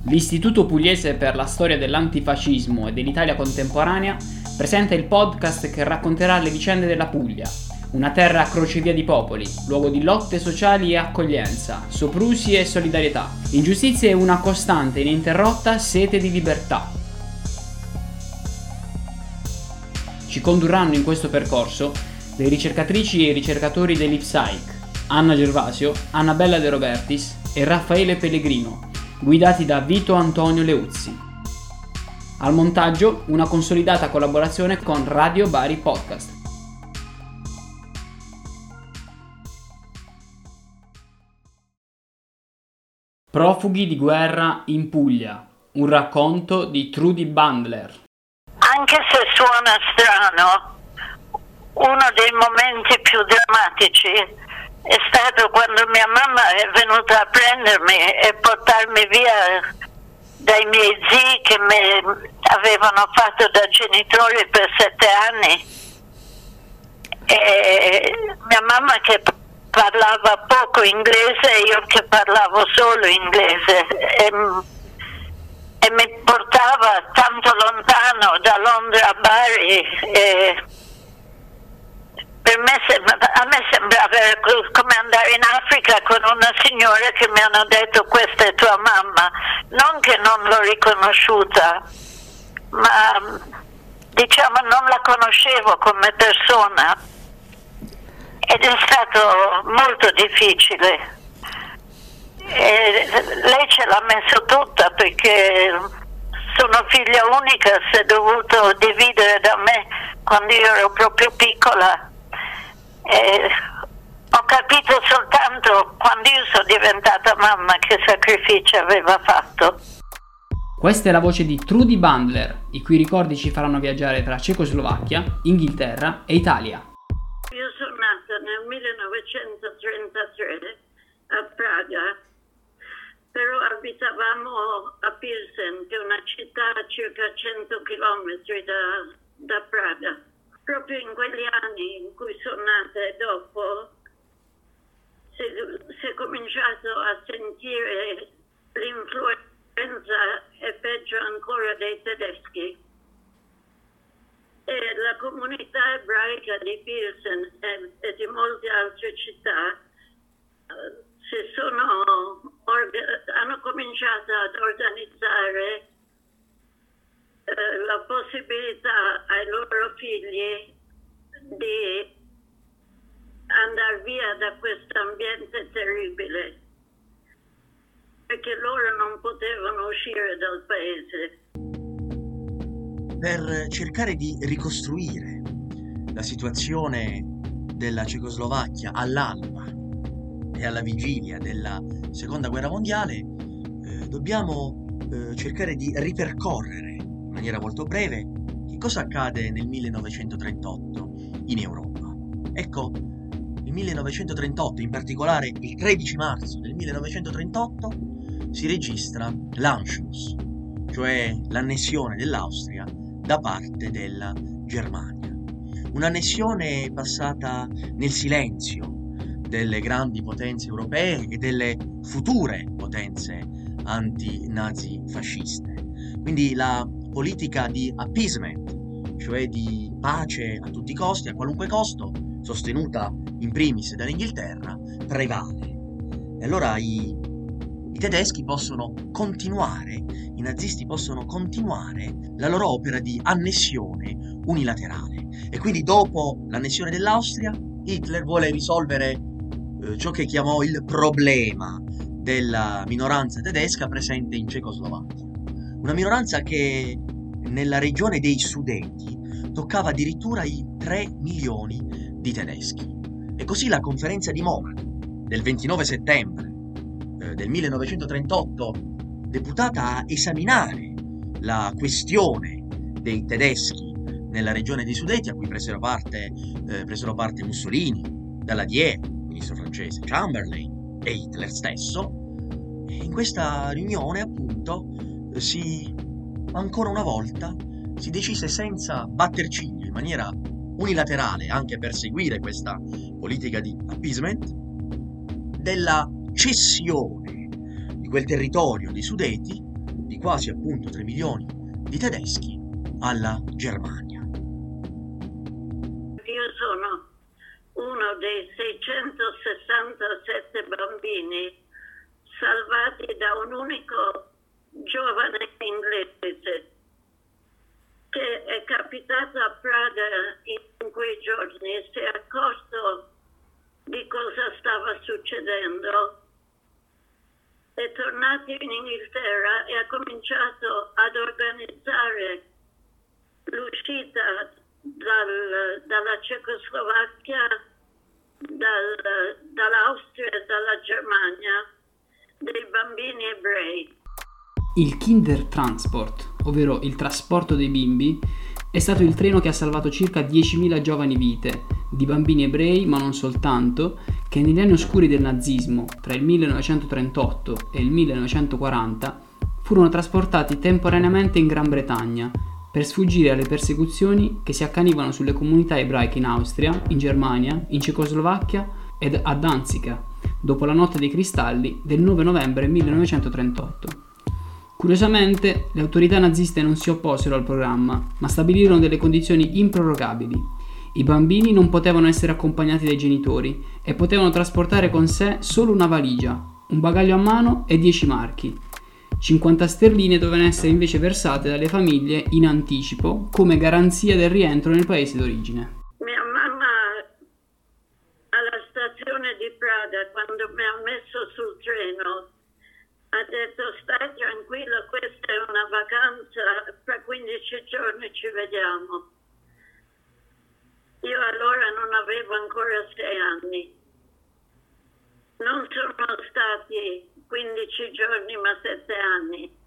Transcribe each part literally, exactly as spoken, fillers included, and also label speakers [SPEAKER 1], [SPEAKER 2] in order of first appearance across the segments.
[SPEAKER 1] L'Istituto Pugliese per la Storia dell'Antifascismo e dell'Italia Contemporanea presenta il podcast che racconterà le vicende della Puglia, una terra crocevia di popoli, luogo di lotte sociali e accoglienza, soprusi e solidarietà, ingiustizie e una costante e ininterrotta sete di libertà. Ci condurranno in questo percorso le ricercatrici e i ricercatori dell'Ipsaic, Anna Gervasio, Annabella De Robertis e Raffaele Pellegrino, guidati da Vito Antonio Leuzzi. Al montaggio una consolidata collaborazione con Radio Bari Podcast. Profughi di guerra in Puglia, un racconto di Trudy Bandler.
[SPEAKER 2] Anche se suona strano, uno dei momenti più drammatici è stato quando mia mamma è venuta a prendermi e portarmi via dai miei zii che mi avevano fatto da genitori per sette anni. E mia mamma che parlava poco inglese e io che parlavo solo inglese e, e mi portava tanto lontano, da Londra a Bari. E per me, a me sembrava come andare in Africa con una signora che mi hanno detto: questa è tua mamma. Non che non l'ho riconosciuta, ma diciamo non la conoscevo come persona ed è stato molto difficile. E lei ce l'ha messo tutta perché sono figlia unica, si è dovuto dividere da me quando io ero proprio piccola. E ho capito soltanto quando io sono diventata mamma che sacrifici aveva fatto.
[SPEAKER 1] Questa è la voce di Trudy Bandler, i cui ricordi ci faranno viaggiare tra Cecoslovacchia, Inghilterra e Italia.
[SPEAKER 2] Io sono nata nel millenovecentotrentatré a Praga, però abitavamo a Pilsen, che è una città a circa cento chilometri da, da Praga. Proprio in quegli anni in cui sono nata e dopo si, si è cominciato a sentire l'influenza e peggio ancora dei tedeschi. E la comunità ebraica di Pilsen e, e di molte altre città uh, si sono orga- hanno cominciato ad organizzare la possibilità ai loro figli di andare via da questo ambiente terribile, perché loro non potevano uscire dal paese.
[SPEAKER 3] Per cercare di ricostruire la situazione della Cecoslovacchia all'alba e alla vigilia della Seconda Guerra Mondiale, eh, dobbiamo eh, cercare di ripercorrere in maniera molto breve che cosa accade nel millenovecentotrentotto in Europa. Ecco, nel millenovecentotrentotto, in particolare il tredici marzo del millenovecentotrentotto, si registra l'Anschluss, cioè l'annessione dell'Austria da parte della Germania. Un'annessione passata nel silenzio delle grandi potenze europee e delle future potenze anti-nazi fasciste. Quindi la politica di appeasement, cioè di pace a tutti i costi, a qualunque costo, sostenuta in primis dall'Inghilterra, prevale. E allora i, i tedeschi possono continuare, i nazisti possono continuare la loro opera di annessione unilaterale. E quindi dopo l'annessione dell'Austria, Hitler vuole risolvere eh, ciò che chiamò il problema della minoranza tedesca presente in Cecoslovacchia. Una minoranza che nella regione dei Sudeti toccava addirittura i tre milioni di tedeschi. E così la conferenza di Monaco del ventinove settembre eh, del millenovecentotrentotto, deputata a esaminare la questione dei tedeschi nella regione dei Sudeti, a cui presero parte, eh, presero parte Mussolini, Daladier, ministro francese, Chamberlain e Hitler stesso, e in questa riunione appunto si ancora una volta si decise senza batter ciglio, in maniera unilaterale, anche per seguire questa politica di appeasement, della cessione di quel territorio dei Sudeti quasi appunto tre milioni di tedeschi alla Germania.
[SPEAKER 2] Io sono uno dei seicentosessantasette bambini salvati da un unico giovane inglese che è capitato a Praga in quei giorni, si è accorto di cosa stava succedendo, è tornato in Inghilterra e ha cominciato ad organizzare l'uscita dal, dalla Cecoslovacchia, dal, dall'Austria e dalla Germania dei bambini ebrei.
[SPEAKER 1] Il Kindertransport, ovvero il trasporto dei bimbi, è stato il treno che ha salvato circa diecimila giovani vite di bambini ebrei, ma non soltanto, che negli anni oscuri del nazismo, tra il millenovecentotrentotto e il millenovecentoquaranta, furono trasportati temporaneamente in Gran Bretagna per sfuggire alle persecuzioni che si accanivano sulle comunità ebraiche in Austria, in Germania, in Cecoslovacchia ed a Danzica, dopo la notte dei cristalli del nove novembre millenovecentotrentotto. Curiosamente, le autorità naziste non si opposero al programma, ma stabilirono delle condizioni improrogabili. I bambini non potevano essere accompagnati dai genitori e potevano trasportare con sé solo una valigia, un bagaglio a mano e dieci marchi. cinquanta sterline dovevano essere invece versate dalle famiglie in anticipo come garanzia del rientro nel paese d'origine.
[SPEAKER 2] Mia mamma alla stazione di Praga, quando mi ha messo sul treno, ha detto: stai tranquilla, questa è una vacanza, fra quindici giorni ci vediamo. Io allora non avevo ancora sei anni. Non sono stati quindici giorni, ma sette anni.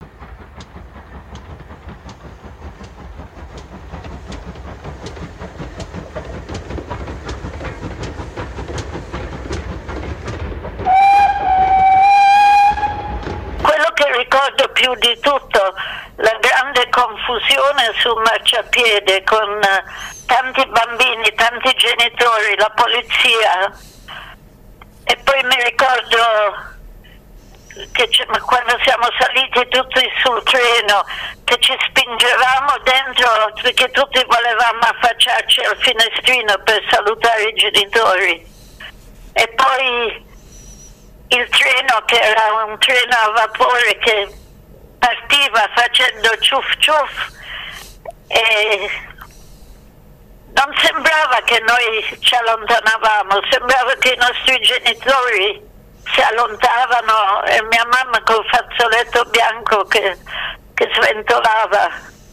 [SPEAKER 2] Quello che ricordo più di tutto, la grande confusione sul marciapiede con tanti bambini, tanti genitori, la polizia. E poi mi ricordo che quando siamo saliti tutti sul treno, che ci spingevamo dentro perché tutti volevamo affacciarci al finestrino per salutare i genitori. E poi il treno, che era un treno a vapore che partiva facendo ciuff ciuff, e non sembrava che noi ci allontanavamo, sembrava che i nostri genitori si allontanavano e mia mamma col fazzoletto bianco che, che sventolava.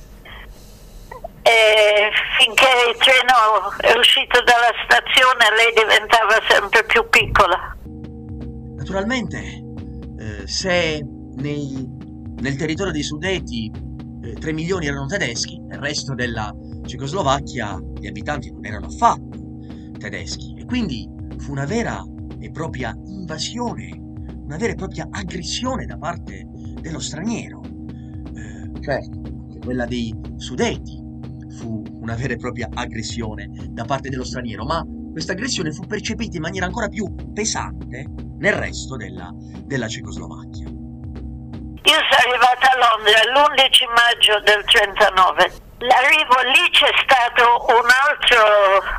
[SPEAKER 2] E finché il treno è uscito dalla stazione lei diventava sempre più piccola.
[SPEAKER 3] Naturalmente, eh, se nei, nel territorio dei Sudeti eh, tre milioni erano tedeschi, nel resto della Cecoslovacchia gli abitanti non erano affatto tedeschi, e quindi fu una vera e propria invasione, una vera e propria aggressione da parte dello straniero. Eh, certo, anche quella dei Sudeti fu una vera e propria aggressione da parte dello straniero, ma questa aggressione fu percepita in maniera ancora più pesante nel resto della, della Cecoslovacchia.
[SPEAKER 2] Io sono arrivata a Londra l'undici maggio del trentanove. L'arrivo lì c'è stato un altro,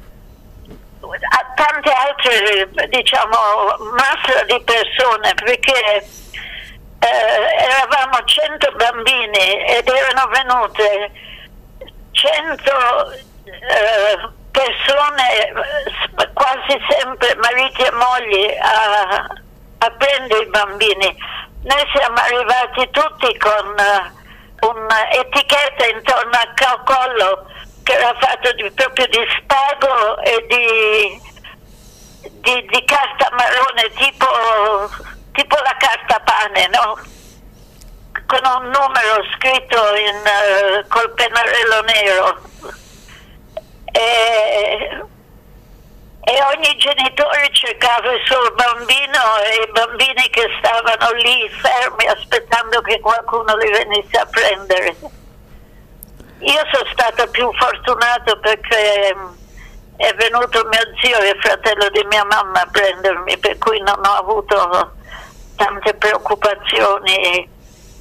[SPEAKER 2] tante altre, diciamo, masse di persone, perché eh, eravamo cento bambini ed erano venute cento eh, persone, quasi sempre mariti e mogli, a, a prendere i bambini. Noi siamo arrivati tutti con uh, un'etichetta intorno al collo che era fatto di, proprio di spago e di, di, di carta marrone, tipo, tipo la carta pane, no? Con un numero scritto in, uh, col pennarello nero. E, e ogni genitore cercava il suo bambino e i bambini che stavano lì fermi aspettando che qualcuno li venisse a prendere. Io sono stata più fortunato perché è venuto mio zio e il fratello di mia mamma a prendermi, per cui non ho avuto tante preoccupazioni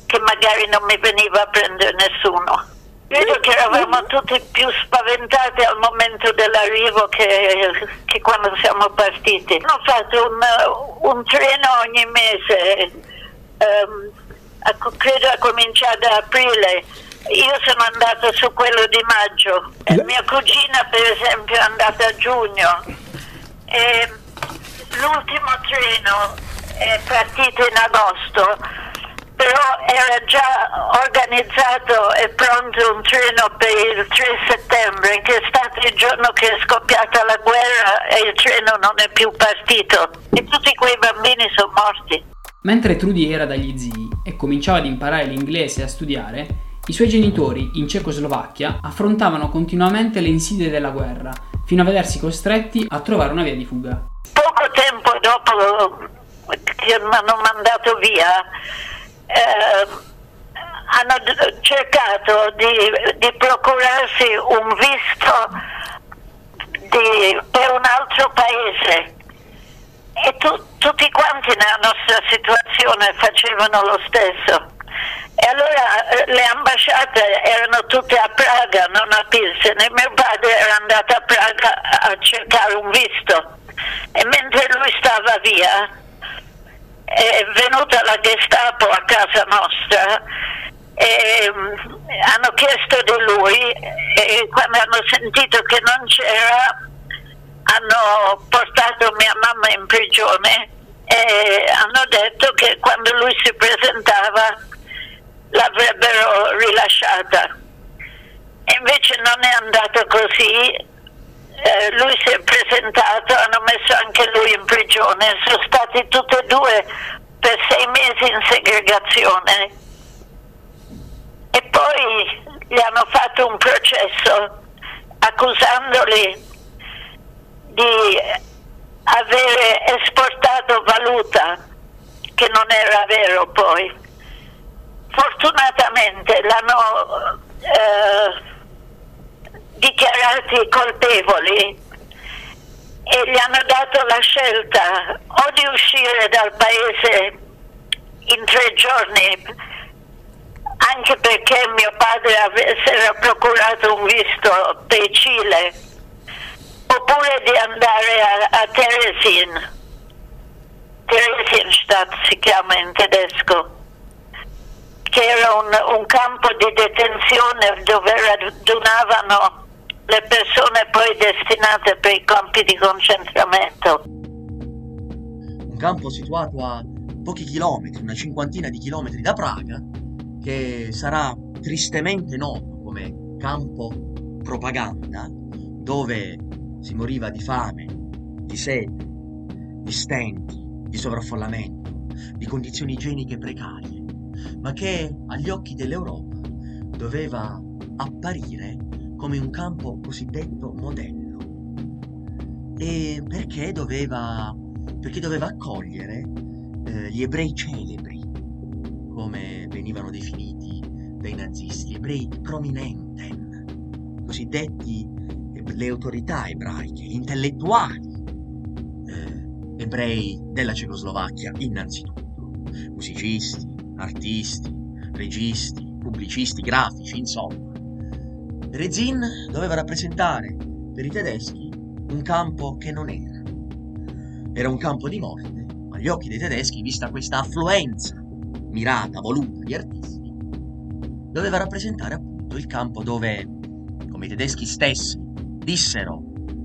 [SPEAKER 2] che magari non mi veniva a prendere nessuno. Credo che eravamo tutti più spaventati al momento dell'arrivo che, che quando siamo partiti. Ho fatto un, un treno ogni mese, um, a, credo a cominciare da aprile. Io sono andata su quello di maggio, e mia cugina per esempio è andata a giugno. E l'ultimo treno è partito in agosto, però era già organizzato e pronto un treno per il tre settembre, che è stato il giorno che è scoppiata la guerra e il treno non è più partito e tutti quei bambini sono morti.
[SPEAKER 1] Mentre Trudy era dagli zii e cominciava ad imparare l'inglese e a studiare, i suoi genitori in Cecoslovacchia affrontavano continuamente le insidie della guerra, fino a vedersi costretti a trovare una via di fuga.
[SPEAKER 2] Poco tempo dopo che mi hanno mandato via, Eh, hanno d- cercato di, di procurarsi un visto di, per un altro paese e tu, tutti quanti nella nostra situazione facevano lo stesso. E allora eh, le ambasciate erano tutte a Praga, non a Pilsen, e mio padre era andato a Praga a cercare un visto, e mentre lui stava via è venuta la Gestapo a casa nostra e um, hanno chiesto di lui, e quando hanno sentito che non c'era hanno portato mia mamma in prigione e hanno detto che quando lui si presentava l'avrebbero rilasciata. E invece non è andato così. Eh, lui si è presentato, hanno messo anche lui in prigione, sono stati tutti e due per sei mesi in segregazione e poi gli hanno fatto un processo accusandoli di avere esportato valuta, che non era vero poi. Fortunatamente l'hanno eh, dichiarati colpevoli e gli hanno dato la scelta o di uscire dal paese in tre giorni, anche perché mio padre ave- si era procurato un visto per Cile, oppure di andare a, a Teresin, Theresienstadt si chiama in tedesco, che era un, un campo di detenzione dove radunavano le persone poi destinate per i campi di concentramento.
[SPEAKER 3] Un campo situato a pochi chilometri, una cinquantina di chilometri da Praga, che sarà tristemente noto come campo propaganda, dove si moriva di fame, di sete, di stenti, di sovraffollamento, di condizioni igieniche precarie, ma che agli occhi dell'Europa doveva apparire come un campo cosiddetto modello. E perché doveva, perché doveva accogliere eh, gli ebrei celebri, come venivano definiti dai nazisti, ebrei prominenten, cosiddetti le autorità ebraiche, gli intellettuali eh, ebrei della Cecoslovacchia innanzitutto, musicisti, artisti, registi, pubblicisti, grafici, insomma. Rezin doveva rappresentare per i tedeschi un campo che non era. Era un campo di morte, agli occhi dei tedeschi, vista questa affluenza mirata, voluta di artisti. Doveva rappresentare appunto il campo dove, come i tedeschi stessi dissero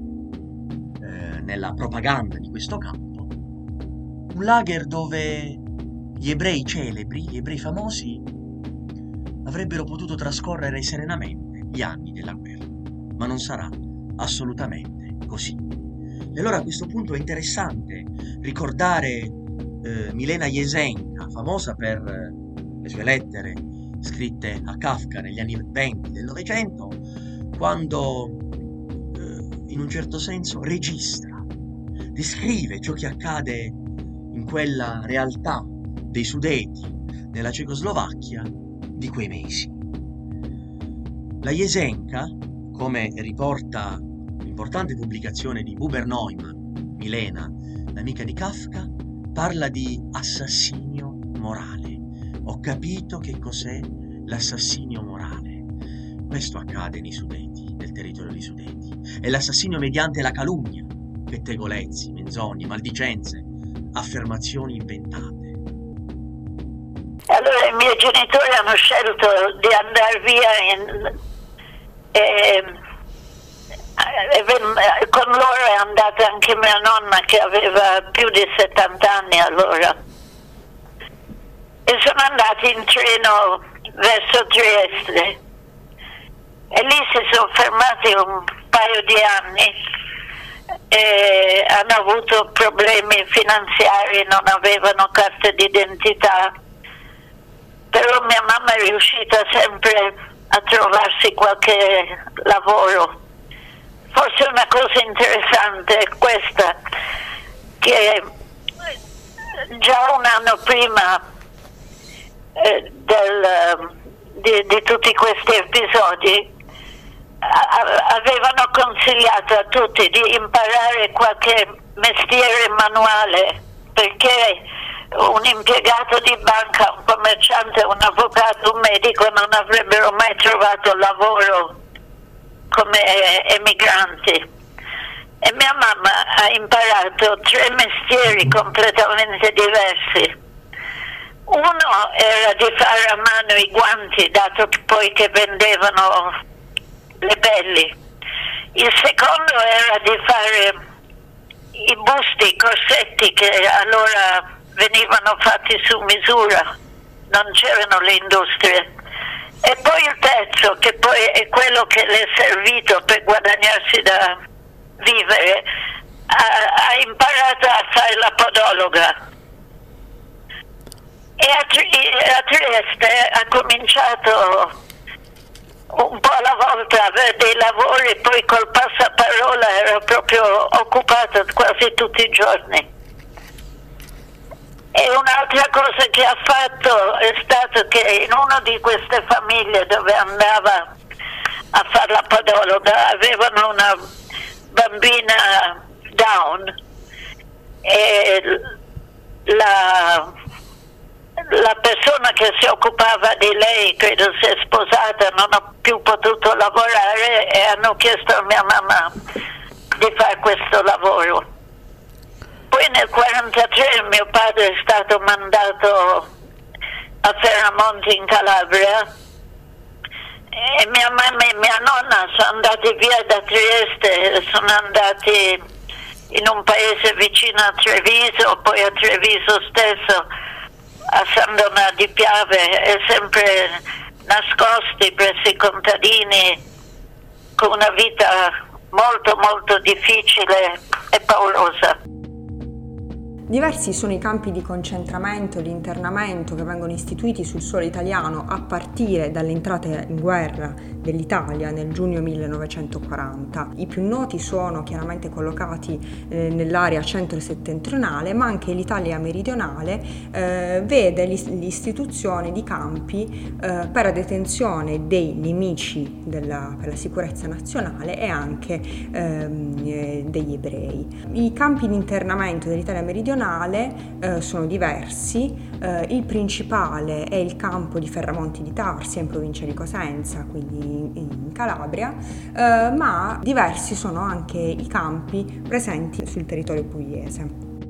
[SPEAKER 3] eh, nella propaganda di questo campo, un lager dove gli ebrei celebri, gli ebrei famosi, avrebbero potuto trascorrere serenamente gli anni della guerra, ma non sarà assolutamente così. E allora a questo punto è interessante ricordare eh, Milena Jesenka, famosa per eh, le sue lettere scritte a Kafka negli anni venti del Novecento, quando eh, in un certo senso registra, descrive ciò che accade in quella realtà dei Sudeti nella Cecoslovacchia di quei mesi. La Jesenka, come riporta l'importante pubblicazione di Buber Neumann, Milena, l'amica di Kafka, parla di assassinio morale, ho capito che cos'è l'assassinio morale. Questo accade nei Sudeti, nel territorio dei Sudeti. È l'assassinio mediante la calunnia, pettegolezzi, menzogne, maldicenze, affermazioni inventate.
[SPEAKER 2] Allora i miei genitori hanno scelto di andare via in, e, e, con loro è andata anche mia nonna che aveva più di settanta anni allora. E sono andati in treno verso Trieste e lì si sono fermati un paio di anni e hanno avuto problemi finanziari, non avevano carte d'identità. Però mia mamma è riuscita sempre a trovarsi qualche lavoro. Forse una cosa interessante è questa, che già un anno prima eh, del, di, di tutti questi episodi a, avevano consigliato a tutti di imparare qualche mestiere manuale, perché un impiegato di banca, un commerciante, un avvocato, un medico non avrebbero mai trovato lavoro come emigranti. E mia mamma ha imparato tre mestieri completamente diversi. Uno era di fare a mano i guanti, dato che poi che vendevano le pelli. Il secondo era di fare i busti, i corsetti che allora venivano fatti su misura, non c'erano le industrie. E poi il terzo, che poi è quello che le è servito per guadagnarsi da vivere, ha, ha imparato a fare la podologa. E a, a Trieste ha cominciato un po' alla volta a avere dei lavori, poi col passaparola era proprio occupato quasi tutti i giorni. E un'altra cosa che ha fatto è stato che in una di queste famiglie dove andava a fare la podologa avevano una bambina down e la, la persona che si occupava di lei, credo si è sposata, non ha più potuto lavorare e hanno chiesto a mia mamma di fare questo lavoro. Poi nel millenovecentoquarantatré mio padre è stato mandato a Ferramonte in Calabria e mia mamma e mia nonna sono andati via da Trieste e sono andati in un paese vicino a Treviso, poi a Treviso stesso, a San Donà di Piave, e sempre nascosti presso i contadini, con una vita molto molto difficile e paurosa.
[SPEAKER 4] Diversi sono i campi di concentramento e di internamento che vengono istituiti sul suolo italiano a partire dall'entrata in guerra dell'Italia nel giugno millenovecentoquaranta. I più noti sono chiaramente collocati eh, nell'area centro-settentrionale, ma anche l'Italia meridionale eh, vede l'istituzione di campi eh, per la detenzione dei nemici della, per la sicurezza nazionale e anche ehm, degli ebrei. I campi di internamento dell'Italia meridionale Eh, sono diversi. Eh, il principale è il campo di Ferramonte di Tarsia in provincia di Cosenza, quindi in, in Calabria, eh, ma diversi sono anche i campi presenti sul territorio pugliese.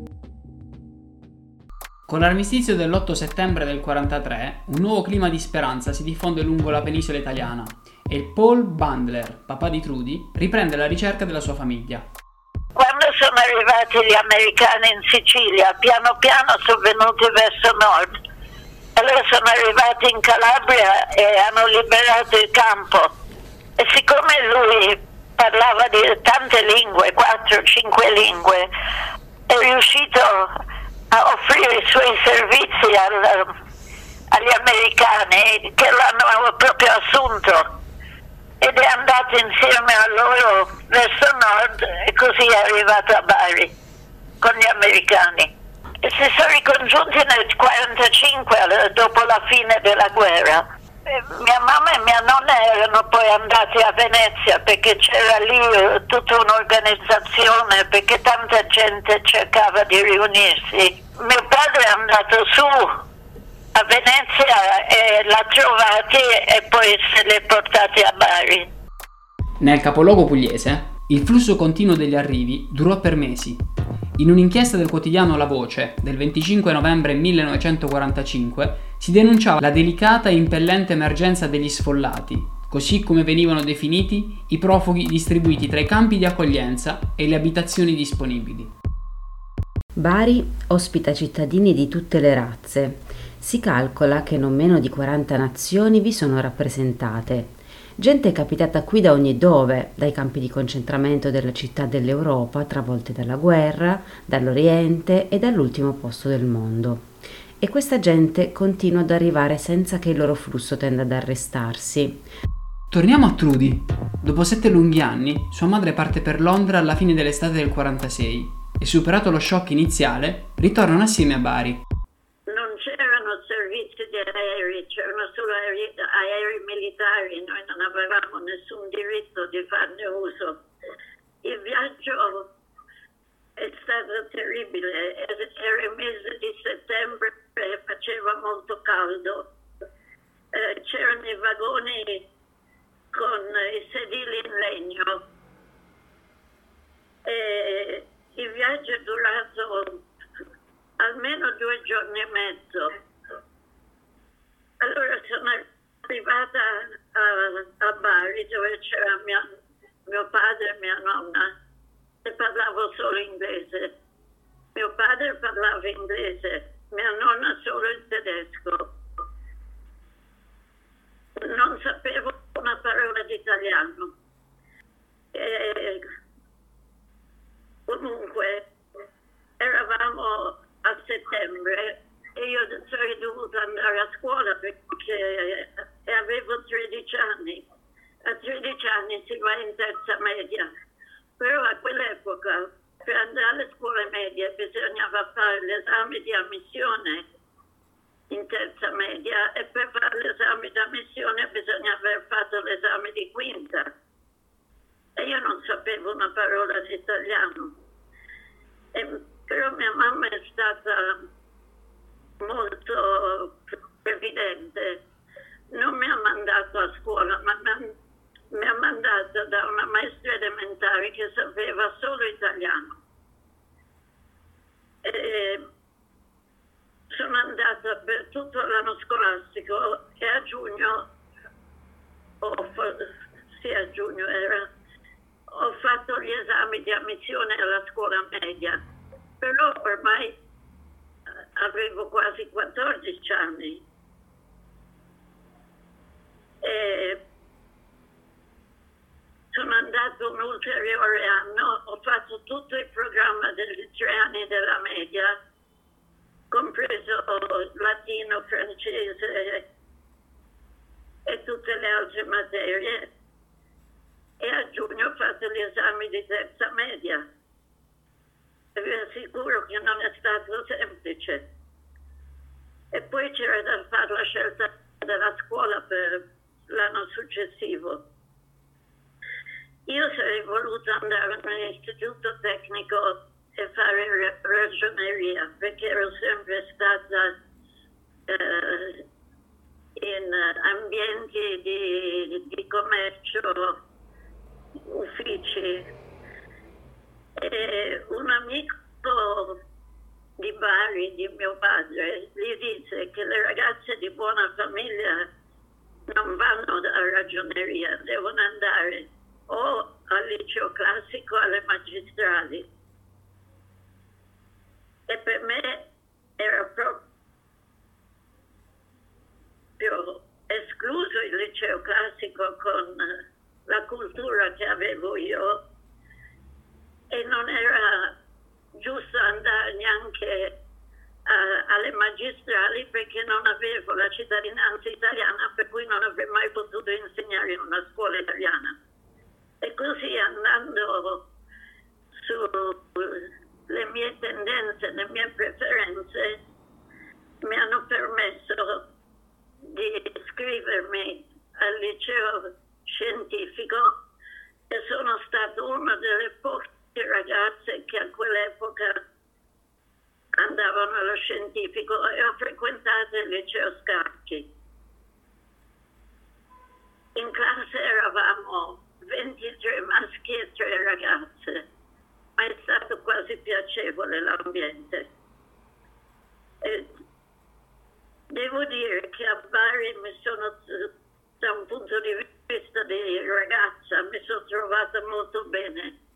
[SPEAKER 1] Con l'armistizio dell'otto settembre del quarantatré, un nuovo clima di speranza si diffonde lungo la penisola italiana e Paul Bandler, papà di Trudy, riprende la ricerca della sua famiglia.
[SPEAKER 2] Quando sono arrivati gli americani in Sicilia, piano piano sono venuti verso nord. Allora sono arrivati in Calabria e hanno liberato il campo. E siccome lui parlava di tante lingue, quattro, cinque lingue, è riuscito a offrire i suoi servizi al, agli americani che l'hanno proprio assunto. Ed è andato insieme a loro verso nord e così è arrivato a Bari con gli americani. E si sono ricongiunti nel millenovecentoquarantacinque, dopo la fine della guerra. E mia mamma e mia nonna erano poi andati a Venezia perché c'era lì tutta un'organizzazione, perché tanta gente cercava di riunirsi. Mio padre è andato su a Venezia e l'ha trovati e poi se li ha portati a Bari.
[SPEAKER 1] Nel capoluogo pugliese, il flusso continuo degli arrivi durò per mesi. In un'inchiesta del quotidiano La Voce del venticinque novembre millenovecentoquarantacinque si denunciava la delicata e impellente emergenza degli sfollati, così come venivano definiti i profughi distribuiti tra i campi di accoglienza e le abitazioni disponibili.
[SPEAKER 5] Bari ospita cittadini di tutte le razze. Si calcola che non meno di quaranta nazioni vi sono rappresentate. Gente capitata qui da ogni dove, dai campi di concentramento della città dell'Europa, travolte dalla guerra, dall'Oriente e dall'ultimo posto del mondo. E questa gente continua ad arrivare senza che il loro flusso tenda ad arrestarsi.
[SPEAKER 1] Torniamo a Trudy. Dopo sette lunghi anni, sua madre parte per Londra alla fine dell'estate del quarantasei e, superato lo shock iniziale, ritornano assieme a Bari.
[SPEAKER 2] Non c'erano servizi di aerei, c'erano solo aerei, aerei militari, noi non avevamo nessun diritto di farne uso. Il viaggio è stato terribile, era il mese di settembre e faceva molto caldo. Eh, c'erano i vagoni con i sedili in legno. E il viaggio è durato almeno due giorni e mezzo. Allora sono arrivata a, a Bari, dove c'era mia, mio padre e mia nonna, e parlavo solo inglese. Mio padre parlava inglese, mia nonna solo il tedesco. Non sapevo una parola di italiano. E comunque eravamo a settembre e io sarei dovuta andare a scuola perché avevo tredici anni. A tredici anni si va in terza media, però a quell'epoca per andare alle scuole medie bisognava fare l'esame di ammissione in terza media e per fare l'esame di ammissione bisognava aver fatto l'esame di quinta. E io non sapevo una parola di italiano. E, però mia mamma è stata molto previdente, non mi ha mandato a scuola, ma mi ha mandato da una maestra elementare che sapeva solo italiano. E sono andata per tutto l'anno scolastico e a giugno, o sì, a giugno era, ho fatto gli esami di ammissione alla scuola media, però ormai avevo quasi quattordici anni. E sono andato un ulteriore anno, ho fatto tutto il programma degli tre anni della media, compreso latino, francese e tutte le altre materie, e a giugno ho fatto gli esami di terza media. E vi assicuro che non è stato semplice. E poi c'era da fare la scelta della scuola per l'anno successivo. Io sarei voluta andare a un istituto tecnico e fare ragioneria, perché ero sempre stata eh, in ambienti di, di commercio, uffici. E un amico di Bari, di mio padre, gli disse che le ragazze di buona famiglia non vanno a ragioneria, devono andare o al liceo classico o alle magistrali. E per me era proprio escluso il liceo classico con la cultura che avevo io, e non era giusto andare neanche uh, alle magistrali perché non avevo la cittadinanza italiana, per cui non avrei mai potuto insegnare in una scuola italiana. E così, andando sulle mie tendenze, le mie preferenze, mi hanno permesso di iscrivermi al liceo scientifico e sono stato una delle poche ragazze che a quell'epoca andavano allo scientifico e ho frequentato il liceo Scacchi. In classe eravamo ventitré maschi e tre ragazze, ma è stato quasi piacevole l'ambiente. E devo dire che a Bari mi sono, da un punto di vista di ragazza, mi sono trovata molto bene.